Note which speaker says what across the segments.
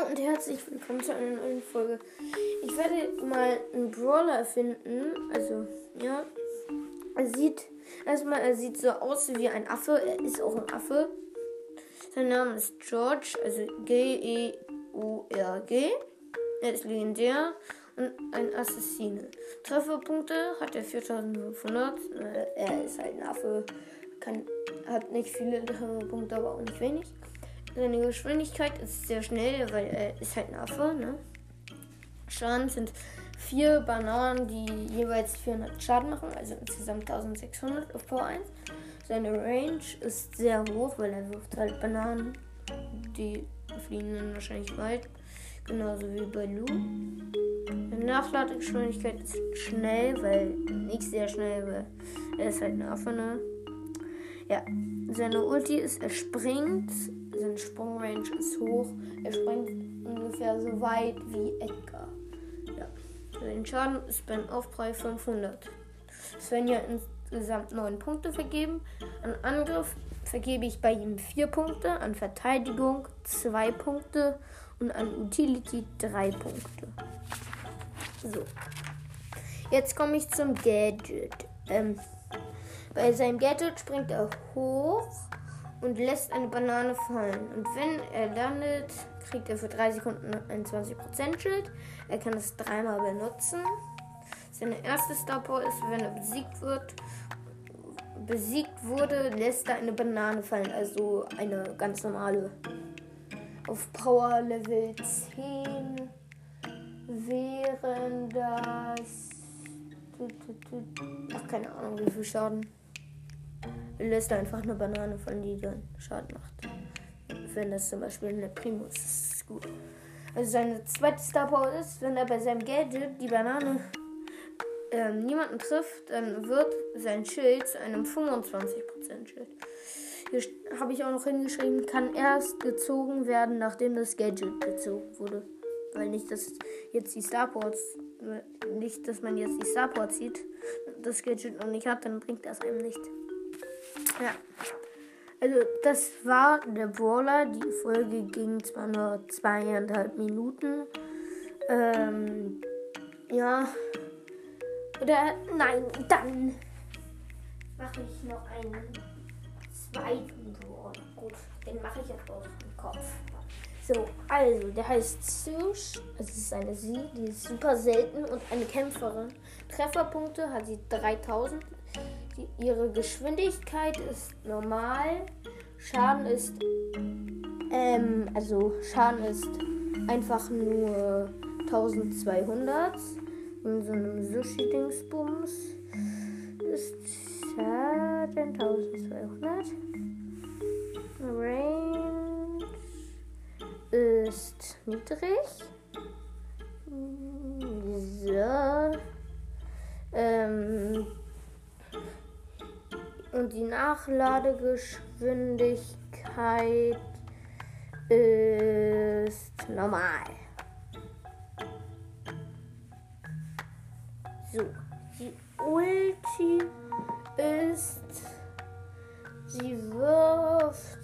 Speaker 1: und herzlich willkommen zu einer neuen Folge. Ich werde mal einen Brawler erfinden. Also, ja. Er sieht so aus wie ein Affe. Er ist auch ein Affe. Sein Name ist George, also Georg. Er ist legendär und ein Assassine. Trefferpunkte hat er 4500. Er ist halt ein Affe. Hat nicht viele Trefferpunkte, aber auch nicht wenig. Seine Geschwindigkeit ist sehr schnell, weil er ist halt ein Affe, ne? Schaden sind 4 Bananen, die jeweils 400 Schaden machen, also insgesamt 1600 auf Power 1. Seine Range ist sehr hoch, weil er wirft halt Bananen, die fliegen dann wahrscheinlich weit, genauso wie bei Lu. Seine Nachladegeschwindigkeit ist schnell, weil nicht sehr schnell, weil er ist halt ein Affe, ne? Ja, seine Ulti ist, er springt. Seine Sprungrange ist hoch. Er springt ungefähr so weit wie Edgar. Ja. Sein Schaden ist beim Aufprall 500. Es werden ja insgesamt 9 Punkte vergeben. An Angriff vergebe ich bei ihm 4 Punkte. An Verteidigung 2 Punkte. Und an Utility 3 Punkte. So. Jetzt komme ich zum Gadget. Bei seinem Gadget springt er hoch und lässt eine Banane fallen. Und wenn er landet, kriegt er für 3 Sekunden ein 20% Schild. Er kann es 3-mal benutzen. Seine erste Star Power ist, wenn er besiegt wurde, lässt er eine Banane fallen. Also eine ganz normale. Auf Power Level 10 wären das... Ach, keine Ahnung, wie viel Schaden. Lässt einfach eine Banane fallen, die dann Schaden macht. Wenn das zum Beispiel eine Primo ist, ist gut. Also seine zweite Star Power ist, wenn er bei seinem Gadget die Banane niemanden trifft, dann wird sein Schild zu einem 25% Schild. Hier habe ich auch noch hingeschrieben, kann erst gezogen werden, nachdem das Gadget gezogen wurde. Weil nicht, dass jetzt die Star Power zieht, das Gadget noch nicht hat, dann bringt das einem nicht. Ja, also das war der Brawler. Die Folge ging zwar nur 2,5 Minuten. Ja. Oder nein, dann mache ich noch einen zweiten Brawler. Gut, den mache ich jetzt aus dem Kopf. So, also, der heißt Sush. Es ist eine Sie, die ist super selten und eine Kämpferin. Trefferpunkte hat sie 3000. Ihre Geschwindigkeit ist normal. Schaden ist einfach nur 1200. In so einem Sushi-Dingsbums ist Schaden 1200. Range ist niedrig. So. Und die Nachladegeschwindigkeit ist normal. So, die Ulti ist, sie wirft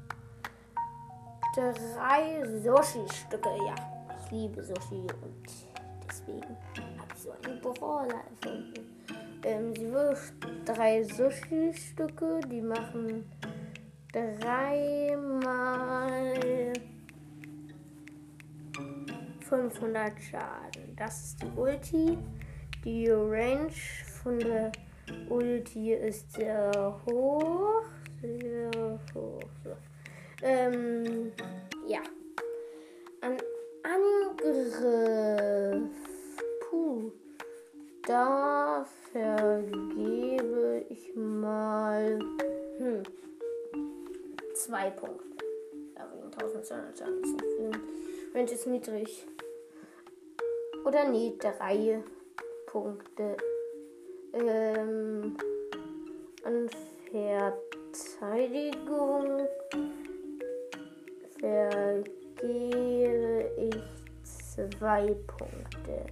Speaker 1: 3 Sushi-Stücke. Ja, ich liebe Sushi und deswegen habe ich so einen Brawler erfunden. Sie wirft 3 Sushi-Stücke, die machen 3 mal 500 Schaden. Das ist die Ulti. Die Range von der Ulti ist sehr hoch. Sehr hoch. So. Ja. An Angriff. Da vergebe ich mal 2 Punkte. Ja, wegen 1200 Schaden ist nicht viel. Range ist niedrig. Oder nee, 3 Punkte. An Verteidigung vergebe ich 2 Punkte.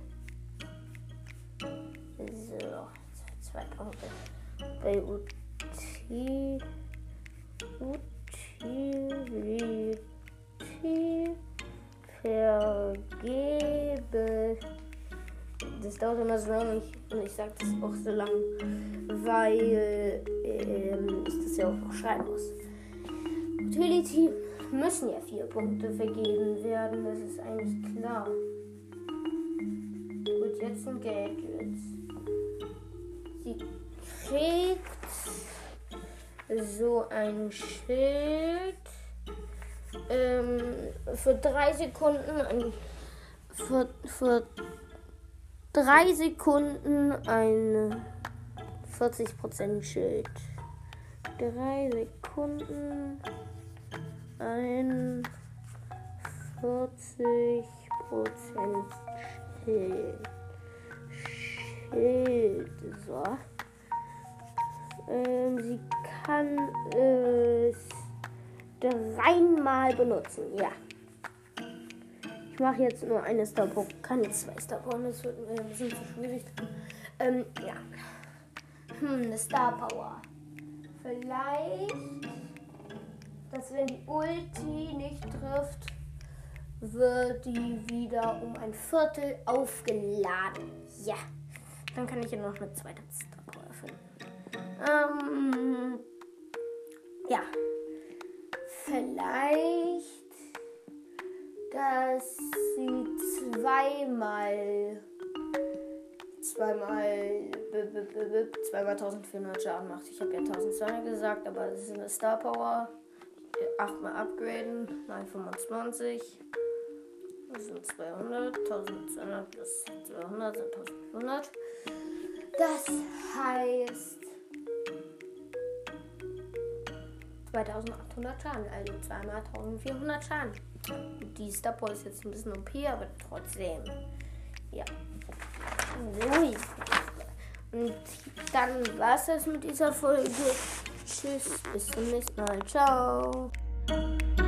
Speaker 1: So, 2 Punkte. Bei Utility vergebe Es dauert immer so lange und ich sage das auch so lange, weil ich das ja auch noch schreiben muss. Utility müssen ja 4 Punkte vergeben werden, das ist eigentlich klar. Gut, jetzt ein Gadget. Sie kriegt so ein Schild für 3 Sekunden für 3 Sekunden ein 40% Schild. 3 Sekunden ein 40% Schild. So. Sie kann es 3-mal benutzen. Ja. Ich mache jetzt nur eine Star Power. Keine 2 Star Power. Das wird mir ein bisschen zu schwierig. Ja. Eine Star Power. Vielleicht, dass wenn die Ulti nicht trifft, wird die wieder um ein Viertel aufgeladen. Ja. Dann kann ich ja noch eine zweite Star Power erfinden. Ja. Vielleicht, dass sie zweimal 1400 Schaden macht. Ich habe ja 1200 gesagt, aber das ist eine Star Power. 8-mal upgraden, mal 25. Das sind 200, 1200 plus 200 sind 1500. Das heißt 2800 Schaden, also 2-mal 1400 Schaden. Die Star Power ist jetzt ein bisschen OP, aber trotzdem. Ja. So. Und dann war es das mit dieser Folge. Tschüss, bis zum nächsten Mal. Ciao.